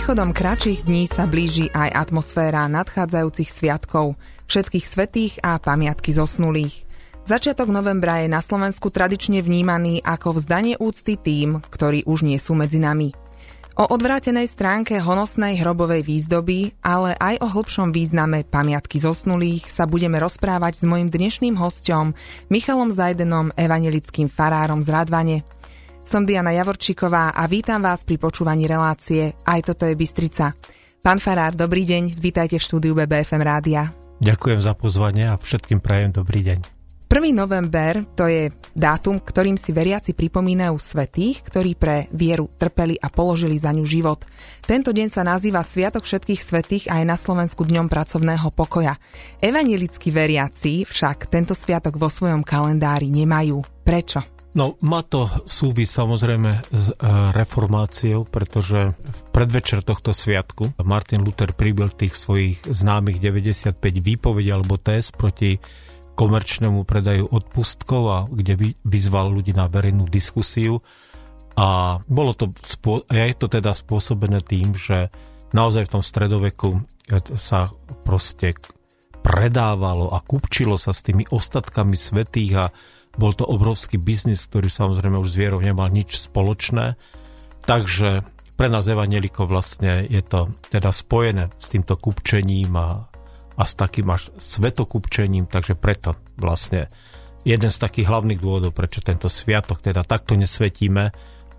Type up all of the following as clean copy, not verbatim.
príchodom kratších dní sa blíži aj atmosféra nadchádzajúcich sviatkov, všetkých svätých a pamiatky zosnulých. Začiatok novembra je na Slovensku tradične vnímaný ako vzdanie úcty tým, ktorí už nie sú medzi nami. O odvrátenej stránke honosnej hrobovej výzdoby, ale aj o hlbšom význame pamiatky zosnulých sa budeme rozprávať s mojím dnešným hosťom Michalom Zajdenom, evanjelickým farárom z Radvane. Som Diana Javorčíková a vítam vás pri počúvaní relácie Aj toto je Bystrica. Pán farár, dobrý deň, vítajte v štúdiu BBFM rádia. Ďakujem za pozvanie a všetkým prajem dobrý deň. 1. november to je dátum, ktorým si veriaci pripomínajú svätých, ktorí pre vieru trpeli a položili za ňu život. Tento deň sa nazýva Sviatok všetkých svätých a je na Slovensku dňom pracovného pokoja. Evanjelickí veriaci však tento sviatok vo svojom kalendári nemajú. Prečo? No, má to súvisť samozrejme s reformáciou, pretože v predvečer tohto sviatku Martin Luther pribil tých svojich známych 95 výpovedí alebo téz proti komerčnému predaju odpustkov, a kde vyzval ľudí na verejnú diskusiu. A je to teda spôsobené tým, že naozaj v tom stredoveku sa proste predávalo a kupčilo sa s tými ostatkami svätých a bol to obrovský biznis, ktorý samozrejme už s vierou nemal nič spoločné. Takže pre nás evanjelikov vlastne je to teda spojené s týmto kupčením a s takým až svetokupčením, takže preto vlastne jeden z takých hlavných dôvodov, prečo tento sviatok teda takto nesvetíme,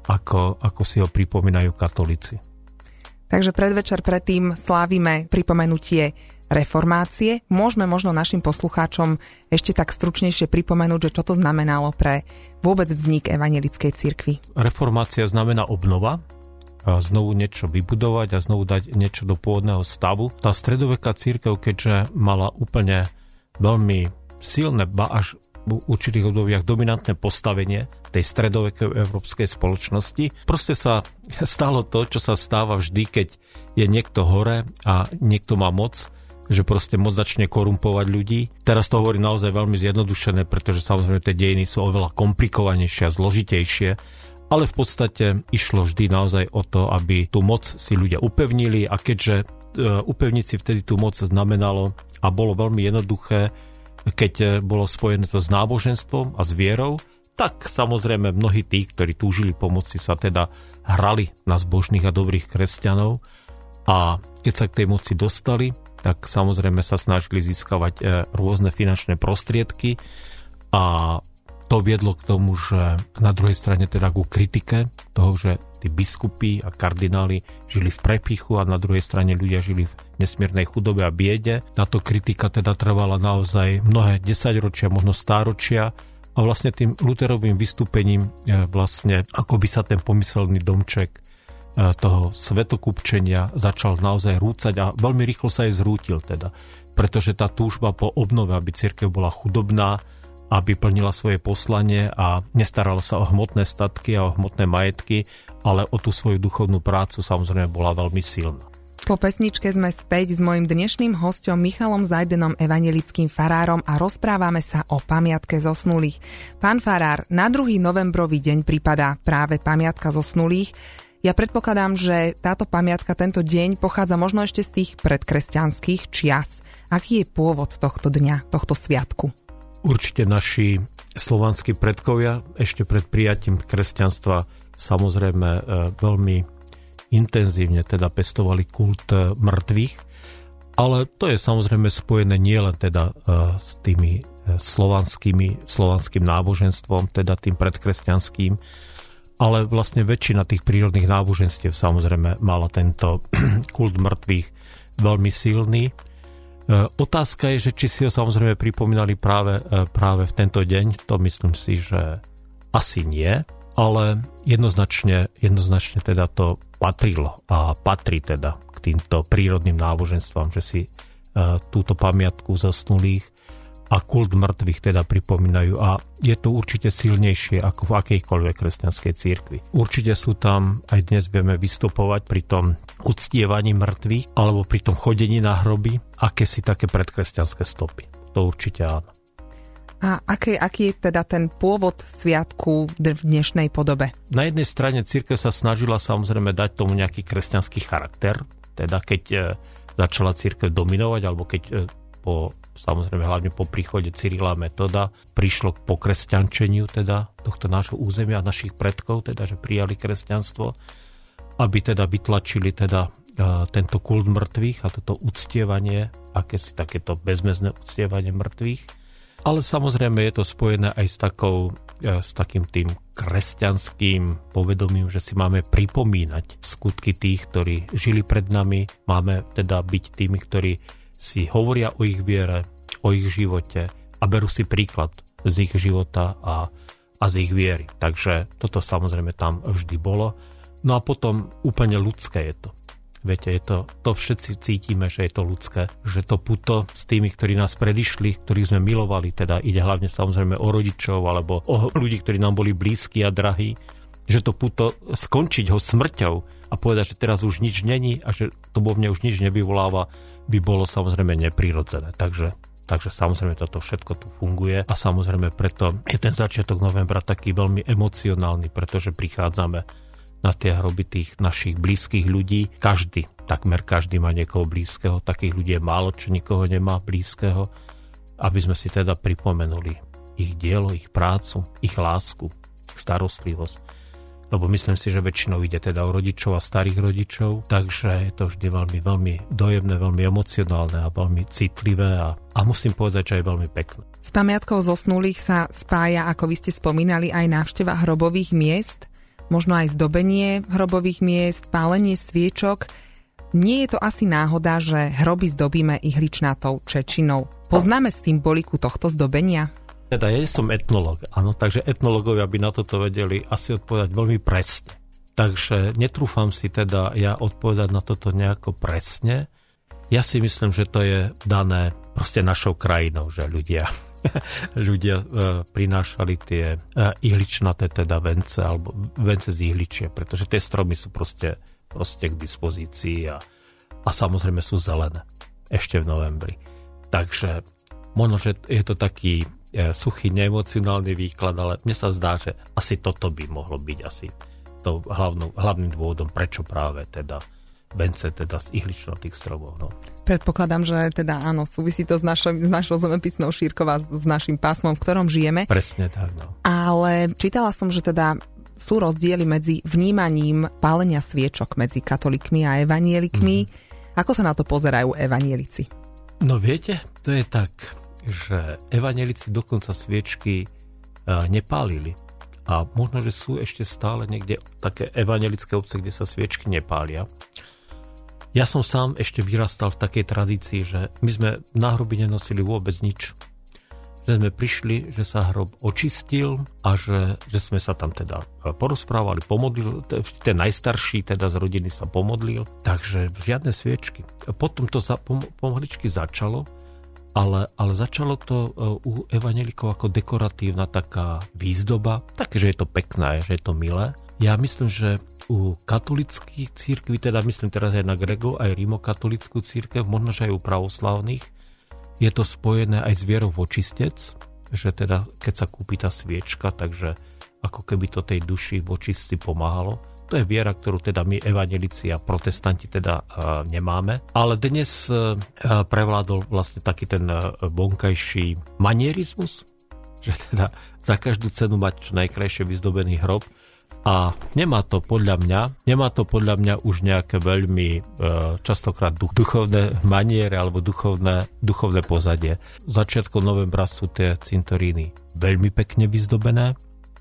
ako si ho pripomínajú katolíci. Takže predvečer predtým slávime pripomenutie reformácie. Môžeme možno našim poslucháčom ešte tak stručnejšie pripomenúť, že čo to znamenalo pre vôbec vznik evanjelickej cirkvi. Reformácia znamená obnova, a znovu niečo vybudovať a znovu dať niečo do pôvodného stavu. Tá stredoveká cirkev, keďže mala úplne veľmi silné, až v určitých obdobiach dominantné postavenie tej stredovekej európskej spoločnosti, proste sa stalo to, čo sa stáva vždy, keď je niekto hore a niekto má moc, že proste moc začne korumpovať ľudí. Teraz to hovorí naozaj veľmi zjednodušené, pretože samozrejme tie dejiny sú oveľa komplikovanejšie a zložitejšie, ale v podstate išlo vždy naozaj o to, aby tú moc si ľudia upevnili, a keďže upevniť si vtedy tú moc znamenalo a bolo veľmi jednoduché, keď bolo spojené to s náboženstvom a s vierou, tak samozrejme mnohí tí, ktorí túžili pomoci, sa teda hrali na zbožných a dobrých kresťanov, a keď sa k tej moci dostali, tak samozrejme sa snažili získavať rôzne finančné prostriedky, a to viedlo k tomu, že na druhej strane teda ku kritike toho, že tí biskupy a kardináli žili v prepichu a na druhej strane ľudia žili v nesmiernej chudobe a biede. Táto kritika teda trvala naozaj mnohé desaťročia, možno stáročia, a vlastne tým Lutherovým vystúpením vlastne akoby sa ten pomyselný domček toho svetokupčenia začal naozaj rúcať a veľmi rýchlo sa aj zrútil teda, pretože tá túžba po obnove, aby cirkev bola chudobná, aby plnila svoje poslanie a nestarala sa o hmotné statky a o hmotné majetky, ale o tú svoju duchovnú prácu samozrejme bola veľmi silná. Po pesničke sme späť s mojím dnešným hosťom Michalom Zajdenom, evanjelickým farárom, a rozprávame sa o pamiatke zosnulých. Pán farár, na 2. novembrový deň pripadá práve pamiatka zosnulých. Ja predpokladám, že táto pamiatka, tento deň pochádza možno ešte z tých predkresťanských čias. Aký je pôvod tohto dňa, tohto sviatku? Určite naši slovanskí predkovia ešte pred prijatím kresťanstva samozrejme veľmi intenzívne teda pestovali kult mŕtvych, ale to je samozrejme spojené nielen teda s tými slovanským náboženstvom, teda tým predkresťanským, ale vlastne väčšina tých prírodných náboženstiev samozrejme mala tento kult mŕtvych veľmi silný. Otázka je, že či si ho samozrejme pripomínali práve v tento deň. To myslím si, že asi nie, ale jednoznačne teda to patrilo a patrí teda k týmto prírodným náboženstvám, že si túto pamiatku zosnulých a kult mŕtvych teda pripomínajú, a je to určite silnejšie ako v akejkoľvek kresťanskej cirkvi. Určite sú tam, aj dnes vieme vystupovať pri tom uctievaní mŕtvych alebo pri tom chodení na hroby, akési také predkresťanské stopy. To určite áno. A aký je teda ten pôvod sviatku v dnešnej podobe? Na jednej strane cirkev sa snažila samozrejme dať tomu nejaký kresťanský charakter, teda keď začala cirkev dominovať, alebo keď samozrejme hlavne po príchode Cyrila a Metoda prišlo k pokresťančeniu teda tohto nášho územia, našich predkov, teda že prijali kresťanstvo, aby teda vytlačili teda tento kult mŕtvych a toto uctievanie, akési takéto bezmezné uctievanie mŕtvych. Ale samozrejme je to spojené aj s takým tým kresťanským povedomím, že si máme pripomínať skutky tých, ktorí žili pred nami. Máme teda byť tými, ktorí si hovoria o ich viere, o ich živote a berú si príklad z ich života a z ich viery. Takže toto samozrejme tam vždy bolo. No a potom úplne ľudské je to. Viete, to všetci cítime, že je to ľudské, že to puto s tými, ktorí nás predišli, ktorých sme milovali, teda ide hlavne samozrejme o rodičov alebo o ľudí, ktorí nám boli blízki a drahí, že to puto skončiť ho smrťou a povedať, že teraz už nič není a že to vo mne už nič nevyvoláva, by bolo samozrejme neprirodzené. Takže samozrejme toto všetko tu funguje a samozrejme preto je ten začiatok novembra taký veľmi emocionálny, pretože prichádzame na tie hroby tých našich blízkych ľudí. Takmer každý má niekoho blízkeho, takých ľudí je málo, čo nikoho nemá blízkeho, aby sme si teda pripomenuli ich dielo, ich prácu, ich lásku, ich starostlivosť. Lebo myslím si, že väčšinou ide teda o rodičov a starých rodičov, takže je to vždy veľmi, veľmi dojemné, veľmi emocionálne a veľmi citlivé a musím povedať, že je veľmi pekné. S pamiatkou zosnulých sa spája, ako vy ste spomínali, aj návšteva hrobových miest, možno aj zdobenie hrobových miest, pálenie sviečok. Nie je to asi náhoda, že hroby zdobíme ihličnatou čečinou. Poznáme symboliku tohto zdobenia? Teda ja som etnológ, áno, takže etnológovia by na toto vedeli asi odpovedať veľmi presne. Takže netrúfam si teda ja odpovedať na toto nejako presne. Ja si myslím, že to je dané proste našou krajinou, že ľudia prinášali tie ihličnaté teda vence, alebo vence z ihličia, pretože tie stromy sú proste k dispozícii a samozrejme sú zelené ešte v novembri. Takže možno, že je to taký suchý, neemocionálny výklad, ale mne sa zdá, že asi toto by mohlo byť asi to hlavným dôvodom, prečo práve teda vence teda z ihličnatých stromov. No. Predpokladám, že teda áno, súvisí to s našou zemepisnou šírkou a s našim pásmom, v ktorom žijeme. Presne tak, no. Ale čítala som, že teda sú rozdiely medzi vnímaním pálenia sviečok medzi katolíkmi a evanielikmi. Ako sa na to pozerajú evanielici? No viete, to je tak, že evanielici dokonca sviečky nepálili. A možno, že sú ešte stále niekde také evanielické obce, kde sa sviečky nepália. Ja som sám ešte vyrastal v takej tradícii, že my sme na hroby nenosili vôbec nič. Že sme prišli, že sa hrob očistil a že sme sa tam teda porozprávali, pomodlili. Ten najstarší teda z rodiny sa pomodlil, takže žiadne sviečky. Potom to pomaličky začalo, ale začalo to u evanjelikov ako dekoratívna taká výzdoba, také, že je to pekné, že je to milé. Ja myslím, že u katolických cirkví, teda myslím teraz aj na Grego, aj rímokatolickú cirkev, možno, že aj u pravoslavných, je to spojené aj s vierou v očistec, že teda keď sa kúpi tá sviečka, takže ako keby to tej duši v očistci pomáhalo. To je viera, ktorú teda my evanjelici a protestanti teda nemáme. Ale dnes prevládol vlastne taký ten vonkajší manierizmus, že teda za každú cenu mať čo najkrajšie vyzdobený hrob. A nemá to podľa mňa už nejaké veľmi častokrát duchovné maniere alebo duchovné pozadie. Začiatkom novembra sú tie cintoríny veľmi pekne vyzdobené,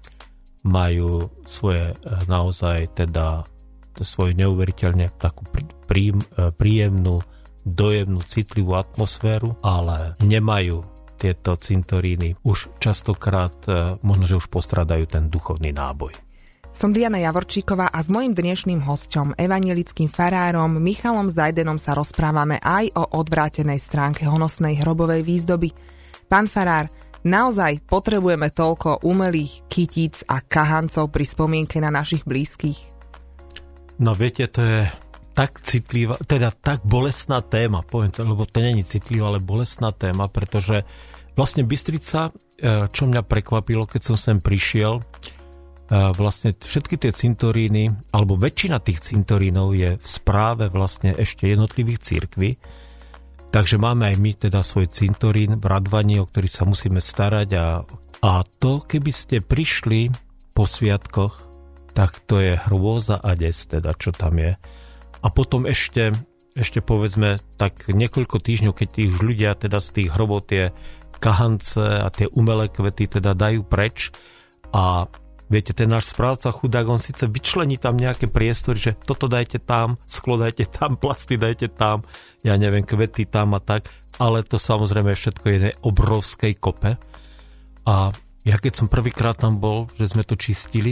majú svoje naozaj teda svoju neuveriteľne takú príjemnú, dojemnú, citlivú atmosféru, ale nemajú tieto cintoríny už častokrát, možno, že už postradajú ten duchovný náboj. Som Diana Javorčíková a s mojím dnešným hosťom, evanjelickým farárom Michalom Zajdenom sa rozprávame aj o odvrátenej stránke honosnej hrobovej výzdoby. Pán farár, naozaj potrebujeme toľko umelých kytíc a kahancov pri spomienke na našich blízkych? No viete, to je tak citlivá, teda tak bolestná téma, poviem to, lebo to není citlivá, ale bolestná téma, pretože Vlastne Bystrica, čo mňa prekvapilo, keď som sem prišiel, vlastne všetky tie cintoríny, alebo väčšina tých cintorínov je v správe vlastne ešte jednotlivých cirkví. Takže máme aj my teda svoj cintorín v Radvani, o ktorý sa musíme starať a to, keby ste prišli po sviatkoch, tak to je hrôza a des, teda čo tam je. A potom ešte povedzme tak niekoľko týždňov, keď tí už ľudia teda z tých hrobov tie kahance a tie umelé kvety teda dajú preč a viete, ten náš správca chudák, on síce vyčlení tam nejaké priestory, že toto dajte tam, sklo dajte tam, plasty dajte tam, ja neviem, kvety tam a tak, ale to samozrejme všetko je jednej obrovskej kope. A ja keď som prvýkrát tam bol, že sme to čistili,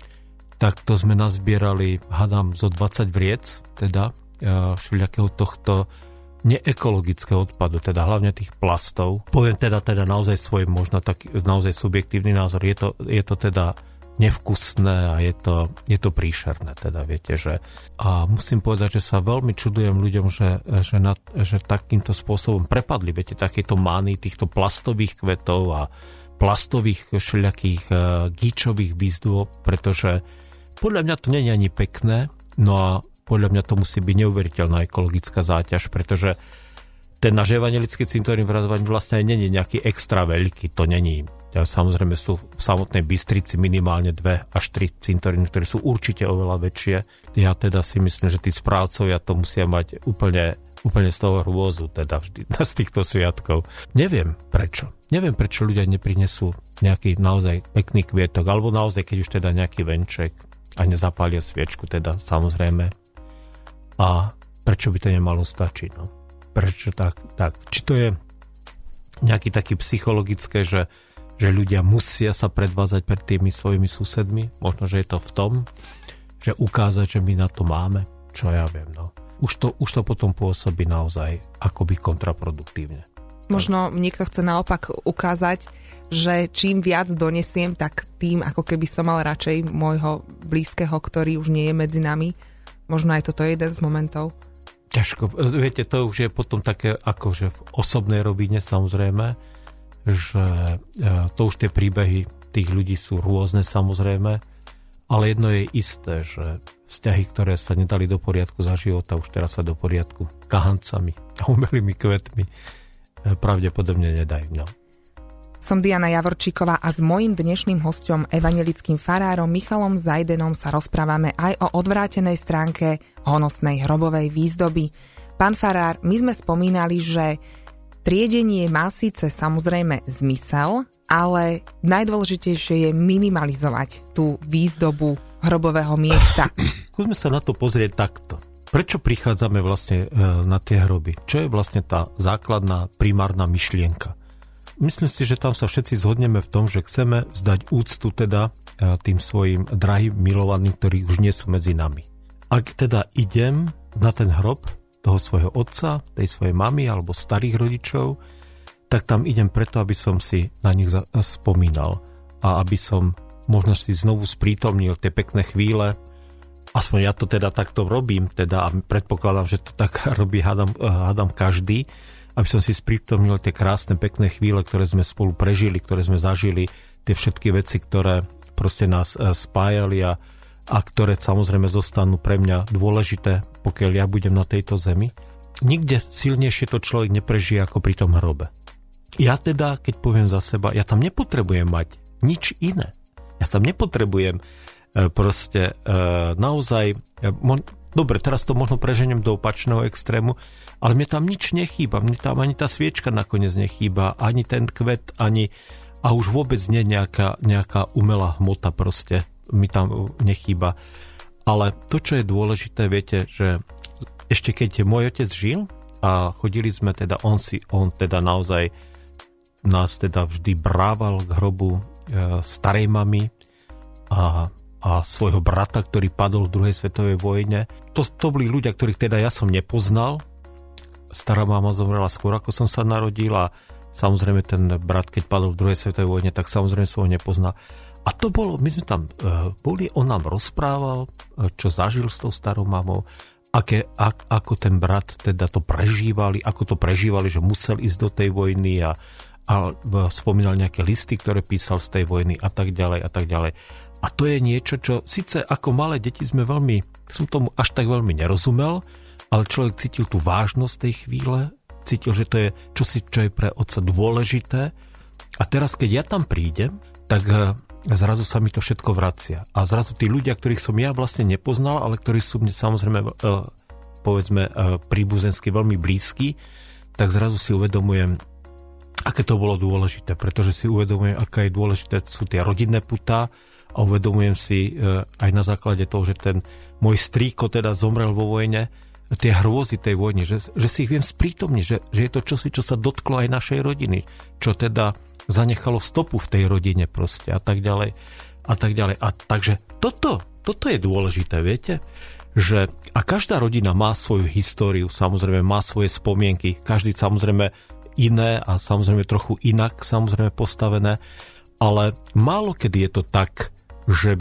tak to sme nazbierali, hádam, zo 20 vriec, teda všelijakého tohto neekologického odpadu, teda hlavne tých plastov. Poviem teda naozaj svoj možno tak naozaj subjektívny názor, je to teda nevkusné a je to príšerné, teda viete, že a musím povedať, že sa veľmi čudujem ľuďom, že takýmto spôsobom prepadli, viete, takéto mány týchto plastových kvetov a plastových všelijakých gíčových výzdôb, pretože podľa mňa to nie je ani pekné, no a podľa mňa to musí byť neuveriteľná ekologická záťaž, pretože ten náš evangelický cintorín v Radvani vlastne nie je nejaký extra veľký, to není. Samozrejme sú v samotnej Bystrici minimálne 2 až 3 cintoríny, ktoré sú určite oveľa väčšie. Ja teda si myslím, že tí správcovia to musia mať úplne z toho hrôzu, teda vždy z týchto sviatkov. Neviem prečo ľudia neprinesú nejaký naozaj pekný kvietok, alebo naozaj, keď už teda nejaký venček a nezapália sviečku, teda samozrejme. A prečo by to nemalo stačiť, no? Prečo tak? Či to je nejaký taký psychologické, že ľudia musia sa predvázať pred tými svojimi susedmi? Možno, že je to v tom, že ukázať, že my na to máme? Čo ja viem, no. Už to potom pôsobí naozaj akoby kontraproduktívne. Možno niekto chce naopak ukázať, že čím viac donesiem, tak tým ako keby som mal radšej môjho blízkeho, ktorý už nie je medzi nami. Možno aj toto je jeden z momentov. Ťažko. Viete, to už je potom také akože v osobnej rovine samozrejme, že to už tie príbehy tých ľudí sú rôzne samozrejme, ale jedno je isté, že vzťahy, ktoré sa nedali do poriadku za života, už teraz sa do poriadku kahancami a umelými kvetmi pravdepodobne nedajú. No. Som Diana Javorčíková a s mojím dnešným hosťom, evanjelickým farárom Michalom Zajdenom sa rozprávame aj o odvrátenej stránke honosnej hrobovej výzdoby. Pán farár, my sme spomínali, že triedenie má síce samozrejme zmysel, ale najdôležitejšie je minimalizovať tú výzdobu hrobového miesta. Skúsme sa na to pozrieť takto. Prečo prichádzame vlastne na tie hroby? Čo je vlastne tá základná primárna myšlienka? Myslím si, že tam sa všetci zhodneme v tom, že chceme vzdať úctu teda tým svojim drahým milovaným, ktorí už nie sú medzi nami. Ak teda idem na ten hrob toho svojho otca, tej svojej mamy alebo starých rodičov, tak tam idem preto, aby som si na nich spomínal a aby som možno si znovu sprítomnil tie pekné chvíle. Aspoň ja to teda takto robím, teda a predpokladám, že to tak robí hádam každý, aby som si sprítomnil tie krásne, pekné chvíle, ktoré sme spolu prežili, ktoré sme zažili, tie všetky veci, ktoré proste nás spájali a ktoré samozrejme zostanú pre mňa dôležité, pokiaľ ja budem na tejto zemi. Nikde silnejšie to človek neprežije ako pri tom hrobe. Ja teda, keď poviem za seba, ja tam nepotrebujem mať nič iné. Ja tam nepotrebujem proste naozaj... Dobre, teraz to možno preženiem do opačného extrému, ale mne tam nič nechýba. Mne tam ani tá sviečka nakoniec nechýba, ani ten kvet, a už vôbec nie nejaká umelá hmota proste mi tam nechýba. Ale to, čo je dôležité, viete, že ešte keď môj otec žil a chodili sme teda, on teda naozaj nás teda vždy brával k hrobu starej mamy a svojho brata, ktorý padol v druhej svetovej vojne. To boli ľudia, ktorých teda ja som nepoznal. Stará mama zomrela skôr, ako som sa narodil, a samozrejme ten brat, keď padol v druhej svetovej vojne, tak samozrejme som ho nepoznal. A to bolo, my sme tam boli, on nám rozprával, čo zažil s tou starou mamou, ako ten brat teda to prežívali, ako to prežívali, že musel ísť do tej vojny a a spomínal nejaké listy, ktoré písal z tej vojny a tak ďalej a tak ďalej. A to je niečo, čo síce ako malé deti som tomu až tak veľmi nerozumel, ale človek cítil tú vážnosť tej chvíle, cítil, že to je čosi, čo je pre otca dôležité. A teraz, keď ja tam prídem, tak zrazu sa mi to všetko vracia. A zrazu tí ľudia, ktorých som ja vlastne nepoznal, ale ktorí sú mne samozrejme, povedzme, príbuzensky veľmi blízky, tak zrazu si uvedomujem, aké to bolo dôležité, pretože si uvedomujem, aké je dôležité sú tie rodinné putá a uvedomujem si aj na základe toho, že ten môj strýko teda zomrel vo vojne, tie hrôzy tej vojny, že si ich viem sprítomniť, že je to čosi, čo sa dotklo aj našej rodiny, čo teda zanechalo stopu v tej rodine proste a tak ďalej a tak ďalej. A takže toto je dôležité, viete? Že a každá rodina má svoju históriu, samozrejme má svoje spomienky, každý samozrejme iné a samozrejme trochu inak samozrejme postavené, ale málo kedy je to tak, že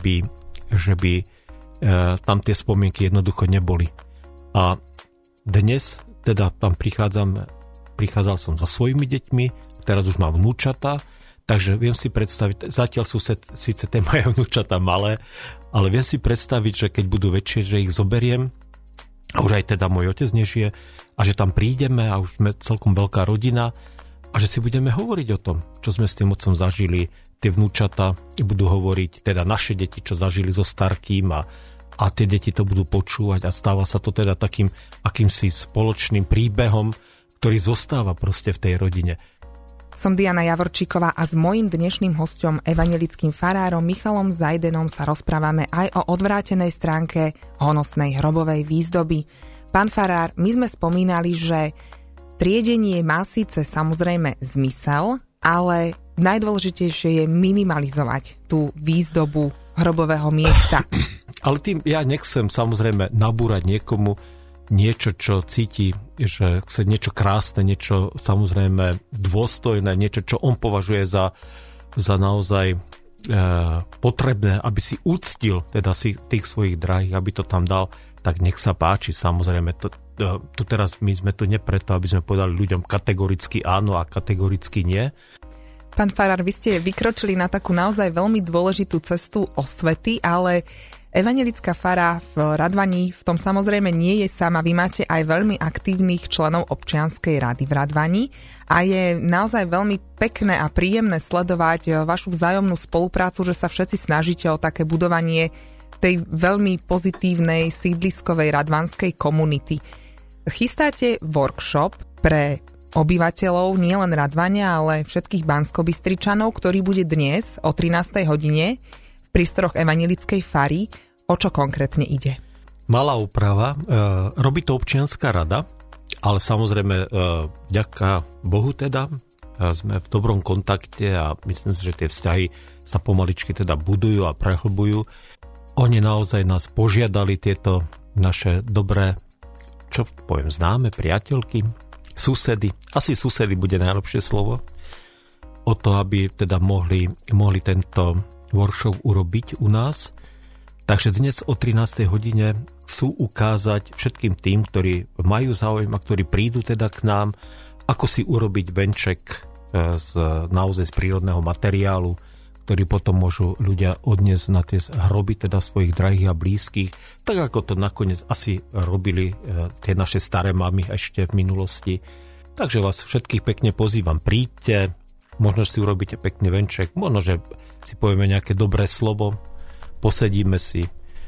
by tam tie spomienky jednoducho neboli. A dnes teda tam prichádzal som so svojimi deťmi, teraz už mám vnúčata, takže viem si predstaviť, zatiaľ sú síce tie moje vnúčata malé, ale viem si predstaviť, že keď budú väčšie, že ich zoberiem, a už aj teda môj otec nežije, a že tam prídeme a už sme celkom veľká rodina a že si budeme hovoriť o tom, čo sme s tým otcom zažili, tie vnúčata budú hovoriť, teda naše deti, čo zažili so starkým a tie deti to budú počúvať a stáva sa to teda takým akýmsi spoločným príbehom, ktorý zostáva proste v tej rodine. Som Diana Javorčíková a s mojím dnešným hosťom, evanjelickým farárom Michalom Zajdenom, sa rozprávame aj o odvrátenej stránke honosnej hrobovej výzdoby. Pán farár, my sme spomínali, že triedenie má síce samozrejme zmysel, ale najdôležitejšie je minimalizovať tú výzdobu hrobového miesta. Ale tým ja nechcem samozrejme nabúrať niekomu niečo, čo cíti, že chce niečo krásne, niečo samozrejme dôstojné, niečo, čo on považuje za naozaj potrebné, aby si uctil teda si tých svojich drahých, aby to tam dal, tak nech sa páči, samozrejme. Tu teraz my sme tu nie preto, aby sme povedali ľuďom kategoricky áno a kategoricky nie. Pán farár, vy ste vykročili na takú naozaj veľmi dôležitú cestu osvety, ale evanjelická fara v Radvani v tom samozrejme nie je sama. Vy máte aj veľmi aktívnych členov občianskej rady v Radvani a je naozaj veľmi pekné a príjemné sledovať vašu vzájomnú spoluprácu, že sa všetci snažíte o také budovanie tej veľmi pozitívnej sídliskovej radvanskej komunity. Chystáte workshop pre obyvateľov nielen Radvania, ale všetkých Banskobystričanov, ktorý bude dnes o 13. hodine v priestoroch evanjelickej fary. O čo konkrétne ide? Malá úprava. Robí to občianska rada, ale samozrejme vďaka Bohu teda sme v dobrom kontakte a myslím si, že tie vzťahy sa pomaličky teda budujú a prehlbujú. Oni naozaj nás požiadali, tieto naše dobré, čo poviem, známe priateľky, susedy, asi susedy bude najlepšie slovo, o to, aby teda mohli tento workshop urobiť u nás. Takže dnes o 13. hodine chcú ukázať všetkým tým, ktorí majú záujem a ktorí prídu teda k nám, ako si urobiť venček naozaj z prírodného materiálu, ktorý potom môžu ľudia odniesť na tie hroby teda svojich drahých a blízkych, tak ako to nakoniec asi robili tie naše staré mamy ešte v minulosti. Takže vás všetkých pekne pozývam, príďte, možno si urobíte pekný venček, možno, že si povieme nejaké dobré slovo, posedíme si,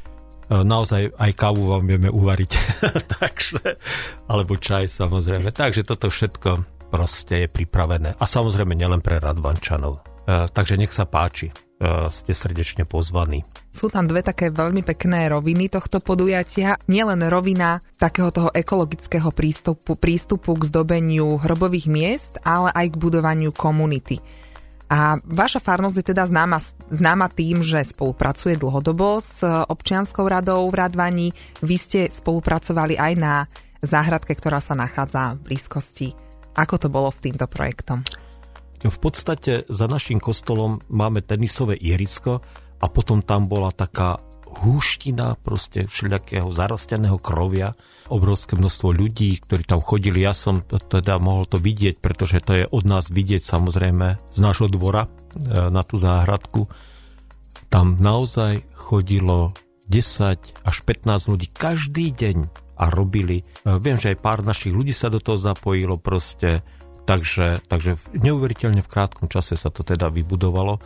naozaj aj kávu vám vieme uvariť, takže, alebo čaj samozrejme, takže toto všetko proste je pripravené a samozrejme nielen pre Radvančanov. Takže nech sa páči, ste srdečne pozvaní. Sú tam dve také veľmi pekné roviny tohto podujatia. Nielen rovina takého toho ekologického prístupu k zdobeniu hrobových miest, ale aj k budovaniu komunity. A vaša farnosť je teda známa tým, že spolupracuje dlhodobo s občianskou radou v Radvani. Vy ste spolupracovali aj na záhradke, ktorá sa nachádza v blízkosti. Ako to bolo s týmto projektom? V podstate za našim kostolom máme tenisové ihrisko a potom tam bola taká húština proste všelijakého zarasteného krovia, obrovské množstvo ľudí, ktorí tam chodili. Ja som teda mohol to vidieť, pretože to je od nás vidieť samozrejme z nášho dvora na tú záhradku. Tam naozaj chodilo 10 až 15 ľudí každý deň a robili. Viem, že aj pár našich ľudí sa do toho zapojilo proste, takže neuveriteľne v krátkom čase sa to teda vybudovalo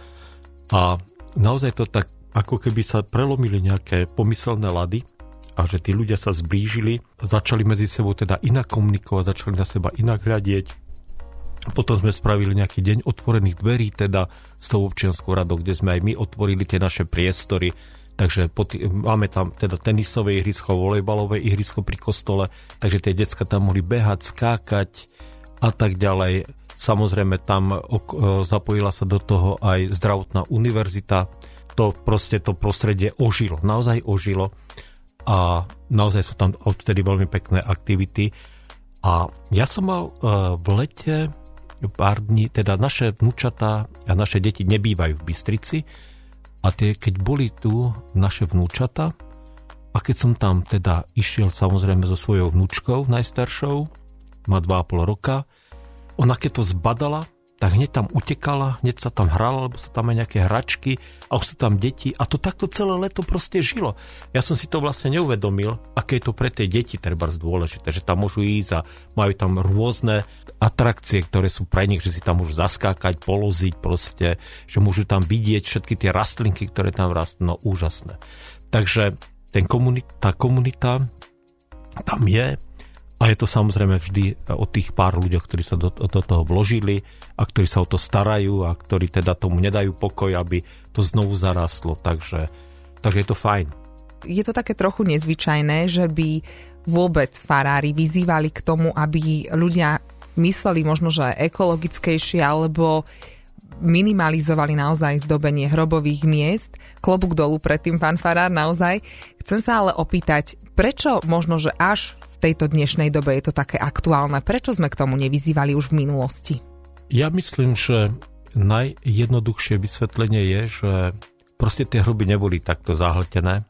a naozaj to tak, ako keby sa prelomili nejaké pomyselné lady a že tí ľudia sa zblížili, začali medzi sebou teda inak komunikovať, začali na seba inak hľadieť. Potom sme spravili nejaký deň otvorených dverí, teda s tou občianskou radou, kde sme aj my otvorili tie naše priestory. Takže máme tam teda tenisové ihrisko, volejbalové ihrisko pri kostole, takže tie decka tam mohli behať, skákať a tak ďalej. Samozrejme tam zapojila sa do toho aj zdravotná univerzita. To prostredie ožilo, naozaj ožilo a naozaj sú tam odtedy veľmi pekné aktivity. A ja som mal v lete pár dní, teda naše vnúčatá a naše deti nebývajú v Bystrici a keď boli tu naše vnúčata a keď som tam teda išiel samozrejme so svojou vnúčkou najstaršou, má 2,5 roka, ona keď to zbadala, tak hneď tam utekala, hneď sa tam hrala, lebo sú tam aj nejaké hračky a už sú tam deti a to takto celé leto proste žilo. Ja som si to vlastne neuvedomil, aké je to pre tie deti trebárs dôležité, že tam môžu ísť a majú tam rôzne atrakcie, ktoré sú pre nich, že si tam môžu zaskákať, poloziť proste, že môžu tam vidieť všetky tie rastlinky, ktoré tam rastú, no úžasné. Takže tá komunita tam je. A je to samozrejme vždy o tých pár ľuďoch, ktorí sa do toho vložili a ktorí sa o to starajú a ktorí teda tomu nedajú pokoj, aby to znovu zarastlo. Takže je to fajn. Je to také trochu nezvyčajné, že by vôbec farári vyzývali k tomu, aby ľudia mysleli možno, že ekologickejšie alebo minimalizovali naozaj zdobenie hrobových miest. Klobúk dolu pred tým, pán farár, naozaj. Chcem sa ale opýtať, prečo možno, že až v tejto dnešnej dobe je to také aktuálne? Prečo sme k tomu nevyzývali už v minulosti? Ja myslím, že najjednoduchšie vysvetlenie je, že proste tie hroby neboli takto zahltené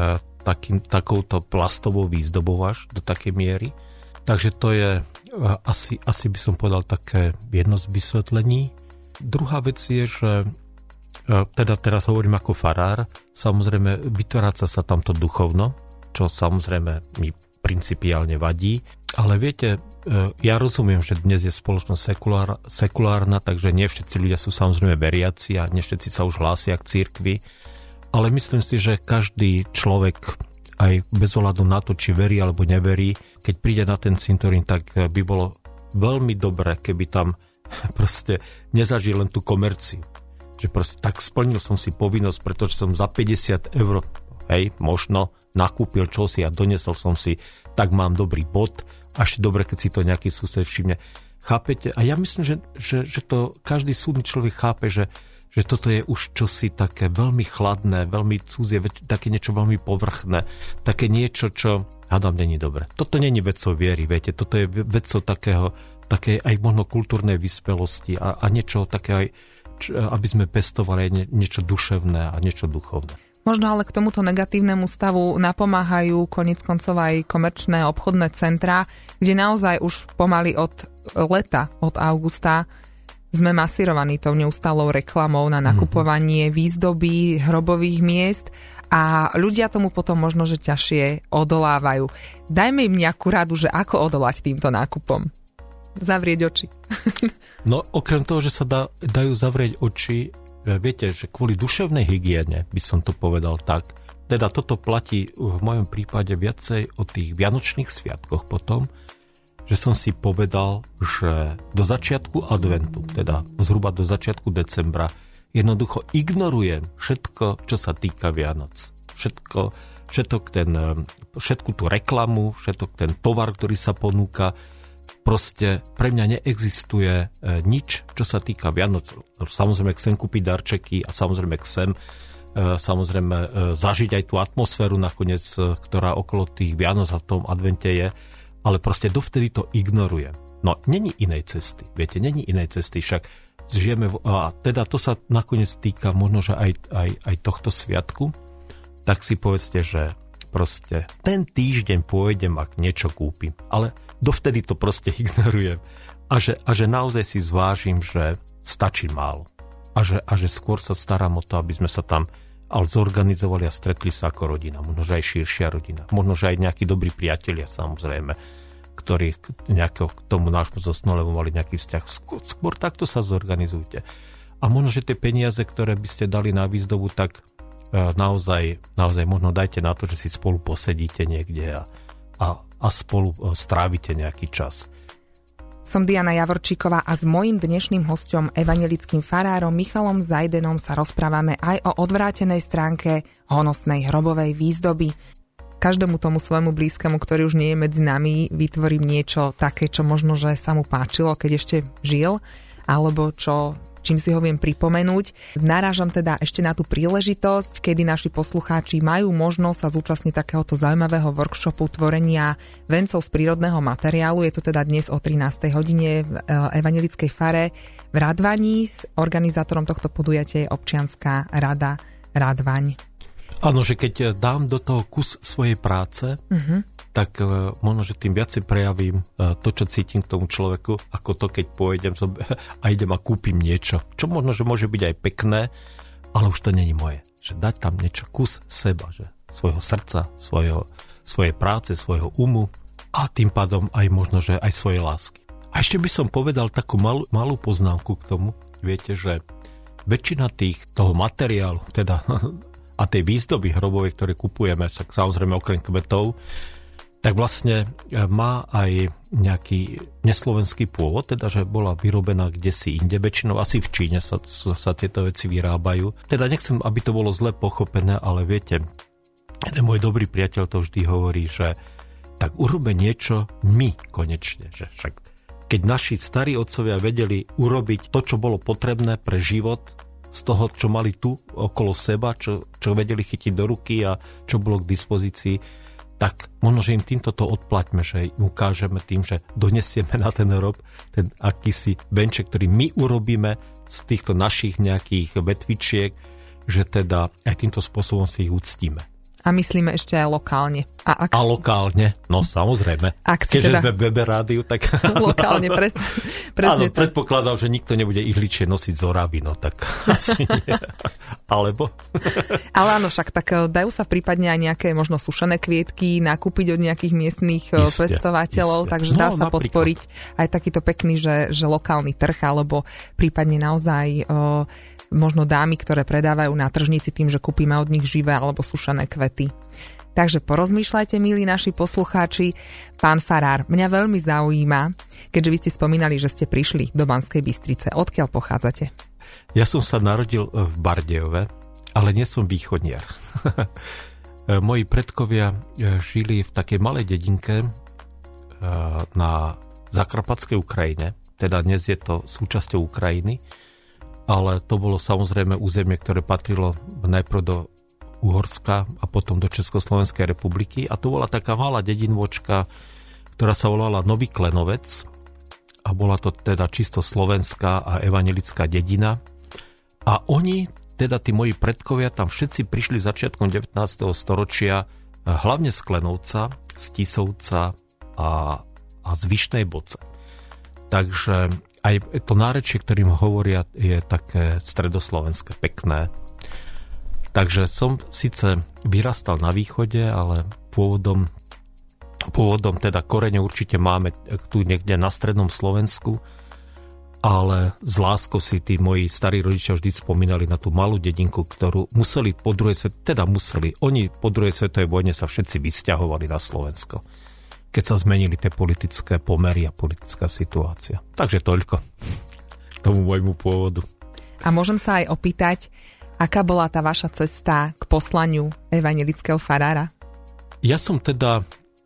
takouto plastovou výzdobou až do takej miery. Takže to je asi by som povedal také jedno z vysvetlení. Druhá vec je, že teda teraz hovorím ako farár, samozrejme vytvára sa tamto duchovno, čo samozrejme mi principiálne vadí, ale viete, ja rozumiem, že dnes je spoločnosť sekulárna, takže nie všetci ľudia sú samozrejme veriaci a nie všetci sa už hlásia k cirkvi, ale myslím si, že každý človek aj bez ohľadu na to, či verí alebo neverí, keď príde na ten cintorín, tak by bolo veľmi dobré, keby tam proste nezažil len tú komerciu. Že proste tak splnil som si povinnosť, pretože som za 50 eur možno nakúpil čosi a donesol som si, tak mám dobrý bod, až dobre, keď si to nejaký sused všimne. Chápete? A ja myslím, že to každý súdny človek chápe, že toto je už čosi také veľmi chladné, veľmi cudzie, také niečo veľmi povrchné, také niečo, čo hádam, není dobre. Toto není vecou viery, viete, toto je vecou také aj možno kultúrnej vyspelosti a niečo také aj, aby sme pestovali aj niečo duševné a niečo duchovné. Možno ale k tomuto negatívnemu stavu napomáhajú koniec koncov aj komerčné obchodné centrá, kde naozaj už pomaly od leta, od augusta, sme masírovaní tou neustálou reklamou na nakupovanie výzdoby hrobových miest a ľudia tomu potom možno, že ťažšie odolávajú. Dajme im nejakú radu, že ako odolať týmto nákupom. Zavrieť oči. No okrem toho, že sa dajú zavrieť oči, viete, že kvôli duševnej hygiene, by som to povedal tak, teda toto platí v mojom prípade viacej o tých vianočných sviatkoch potom, že som si povedal, že do začiatku adventu, teda zhruba do začiatku decembra, jednoducho ignorujem všetko, čo sa týka Vianoc. Všetku tú reklamu, všetok ten tovar, ktorý sa ponúka, proste pre mňa neexistuje nič, čo sa týka Vianoc. Samozrejme chcem kúpiť darčeky a samozrejme chcem zažiť aj tú atmosféru nakoniec, ktorá okolo tých Vianoc a v tom advente je, ale proste dovtedy to ignorujem. No, není inej cesty, viete, není inej cesty, však žijeme, a teda to sa nakoniec týka možno, že aj tohto sviatku, tak si povedzte, že proste ten týždeň pôjdem, ak niečo kúpim, ale dovtedy to proste ignorujem. A že naozaj si zvážim, že stačí málo. A že skôr sa starám o to, aby sme sa tam ale zorganizovali a stretli sa ako rodina. Možno, že aj širšia rodina. Možno, že aj nejakí dobrí priatelia, samozrejme, ktorí nejakého k tomu nášmu zosnulému mali nejaký vzťah. Skôr takto sa zorganizujte. A možno, že tie peniaze, ktoré by ste dali na výzdobu, tak naozaj možno dajte na to, že si spolu posedíte niekde a spolu strávite nejaký čas. Som Diana Javorčíková a s mojím dnešným hosťom, evanjelickým farárom Michalom Zajdenom, sa rozprávame aj o odvrátenej stránke honosnej hrobovej výzdoby. Každému tomu svojmu blízkemu, ktorý už nie je medzi nami, vytvorím niečo také, čo možno, že sa mu páčilo, keď ešte žil, alebo čím si ho viem pripomenúť. Narážam teda ešte na tú príležitosť, kedy naši poslucháči majú možnosť sa zúčastniť takéhoto zaujímavého workshopu tvorenia vencov z prírodného materiálu. Je to teda dnes o 13. hodine v evanjelickej fare v Radvaní. Organizátorom tohto podujatia je občianska rada Radvaň. Áno, že keď dám do toho kus svojej práce, tak možno, že tým viacej prejavím to, čo cítim k tomu človeku, ako to, keď pôjdem a idem a kúpim niečo. Čo možno, že môže byť aj pekné, ale už to není moje. Že dať tam niečo, kus seba, že svojho srdca, svojej práce, svojho umu a tým pádom aj možno, že aj svojej lásky. A ešte by som povedal takú malú poznámku k tomu. Viete, že väčšina toho materiálu, teda a tej výzdoby hrobovej, ktoré kupujeme, tak samozrejme okrem kvetov, tak vlastne má aj nejaký neslovenský pôvod, teda že bola vyrobená kdesi inde, väčšinou asi v Číne sa tieto veci vyrábajú. Teda nechcem, aby to bolo zle pochopené, ale viete, jeden môj dobrý priateľ to vždy hovorí, že tak urobme niečo my konečne, že však keď naši starí otcovia vedeli urobiť to, čo bolo potrebné pre život, z toho, čo mali tu okolo seba, čo vedeli chytiť do ruky a čo bolo k dispozícii, tak možno, že im týmto to odplaťme, že im ukážeme tým, že donesieme na ten hrob ten akýsi benček, ktorý my urobíme z týchto našich nejakých vetvičiek, že teda aj týmto spôsobom si ich uctíme. A myslíme ešte aj lokálne. A lokálne, no samozrejme. Keďže sme v Webe rádiu, tak... Lokálne, presne áno, predpokladám, že nikto nebude ihličie nosiť z Oravy, no tak asi nie. Alebo? Ale áno, však tak dajú sa prípadne aj nejaké možno sušené kvietky nakúpiť od nejakých miestnych pestovateľov, takže dá sa podporiť aj takýto pekný, že lokálny trh, alebo prípadne naozaj... možno dámy, ktoré predávajú na tržnici tým, že kúpime od nich živé alebo sušené kvety. Takže porozmýšľajte, milí naši poslucháči. Pán farár, mňa veľmi zaujíma, keďže vy ste spomínali, že ste prišli do Banskej Bystrice. Odkiaľ pochádzate? Ja som sa narodil v Bardejove, ale nie som východniar. Moji predkovia žili v takej malej dedinke na Zakarpatskej Ukrajine, teda dnes je to súčasťou Ukrajiny, ale to bolo samozrejme územie, ktoré patrilo najprv do Uhorska a potom do Československej republiky. A to bola taká malá dedinvočka, ktorá sa volala Nový Klenovec a bola to teda čisto slovenská a evanjelická dedina. A oni, teda tí moji predkovia, tam všetci prišli začiatkom 19. storočia hlavne z Klenovca, z Tisovca a z Vyšnej Boce. Takže aj to nárečie, ktorým hovoria, je také stredoslovenské, pekné. Takže som síce vyrastal na východe, ale pôvodom teda korene určite máme tu niekde na strednom Slovensku, ale z láskou si tí moji starí rodičia vždy spomínali na tú malú dedinku, ktorú museli po druhej oni po druhej svetovej vojne sa všetci vysťahovali na Slovensko, keď sa zmenili tie politické pomery a politická situácia. Takže toľko k tomu môjmu pôvodu. A môžem sa aj opýtať, aká bola tá vaša cesta k poslaniu evanjelického farára? Ja som teda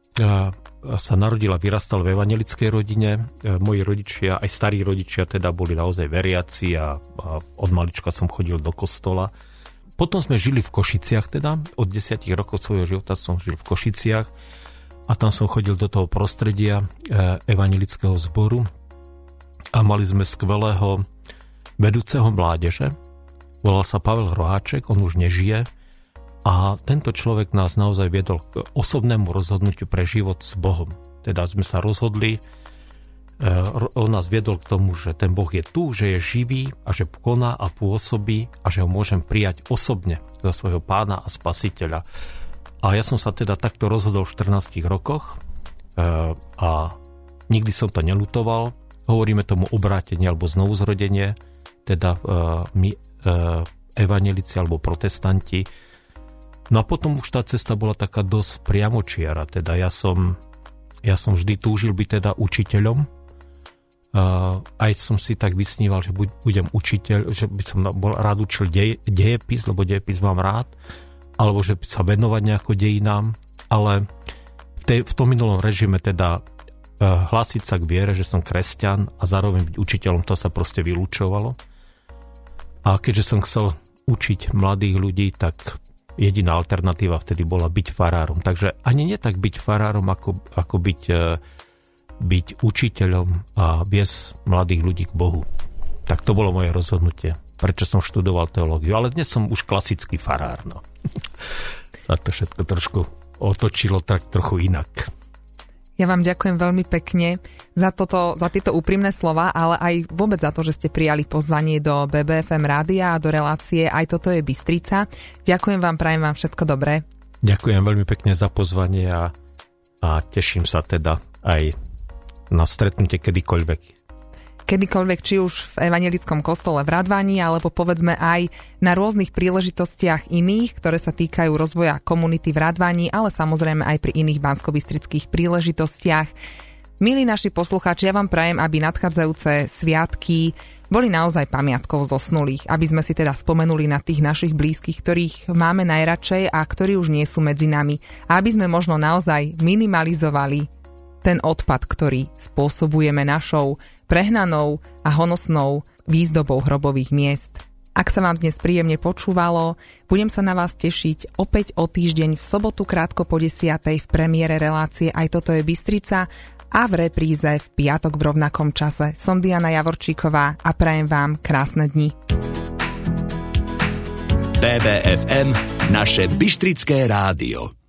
sa narodil a vyrastal v evanjelickej rodine. Moji rodičia, aj starí rodičia, teda boli naozaj veriaci a od malička som chodil do kostola. Potom sme žili v Košiciach, teda od 10 rokov svojho života som žil v Košiciach. A tam som chodil do toho prostredia evanjelického zboru a mali sme skvelého vedúceho mládeže. Volal sa Pavel Roháček, on už nežije, A tento človek nás naozaj viedol k osobnému rozhodnutiu pre život s Bohom. Teda sme sa rozhodli, on nás viedol k tomu, že ten Boh je tu, že je živý a že koná a pôsobí a že ho môžem prijať osobne za svojho pána a spasiteľa. A ja som sa teda takto rozhodol v 14 rokoch a nikdy som to neľutoval. Hovoríme tomu obrátenie alebo znovuzrodenie, teda my evanjelici alebo protestanti. No a potom už tá cesta bola taká dosť priamočiara, teda ja som vždy túžil byť teda učiteľom. Aj som si tak vysníval, že budem učiteľ, že by som rád učil dejepis, lebo dejepis mám rád, alebo že by sa venovať nejako dejinám, ale v tom minulom režime teda hlásiť sa k viere, že som kresťan a zároveň byť učiteľom, to sa proste vylúčovalo. A keďže som chcel učiť mladých ľudí, tak jediná alternatíva vtedy bola byť farárom. Takže ani nie tak byť farárom, ako byť učiteľom a viesť mladých ľudí k Bohu. Tak to bolo moje rozhodnutie. Prečo som študoval teológiu. Ale dnes som už klasický farár. No. Sa to všetko trošku otočilo tak trochu inak. Ja vám ďakujem veľmi pekne za tieto úprimné slova, ale aj vôbec za to, že ste prijali pozvanie do BBFM rádia a do relácie Aj toto je Bystrica. Ďakujem vám, prajem vám všetko dobré. Ďakujem veľmi pekne za pozvanie a teším sa teda aj na stretnutie kedykoľvek. Kedykoľvek, či už v evanjelickom kostole v Radvani, alebo povedzme aj na rôznych príležitostiach iných, ktoré sa týkajú rozvoja komunity v Radvani, ale samozrejme aj pri iných banskobystrických príležitostiach. Milí naši poslucháči, ja vám prajem, aby nadchádzajúce sviatky boli naozaj pamiatkou zosnulých, aby sme si teda spomenuli na tých našich blízkych, ktorých máme najradšej a ktorí už nie sú medzi nami. A aby sme možno naozaj minimalizovali ten odpad, ktorý spôsobujeme našou prehnanou a honosnou výzdobou hrobových miest. Ak sa vám dnes príjemne počúvalo, budem sa na vás tešiť opäť o týždeň v sobotu krátko po 10:00 v premiére relácie Aj toto je Bystrica a v repríze v piatok v rovnakom čase. Som Diana Javorčíková a prajem vám krásne dni. BBFM, naše bystrické rádio.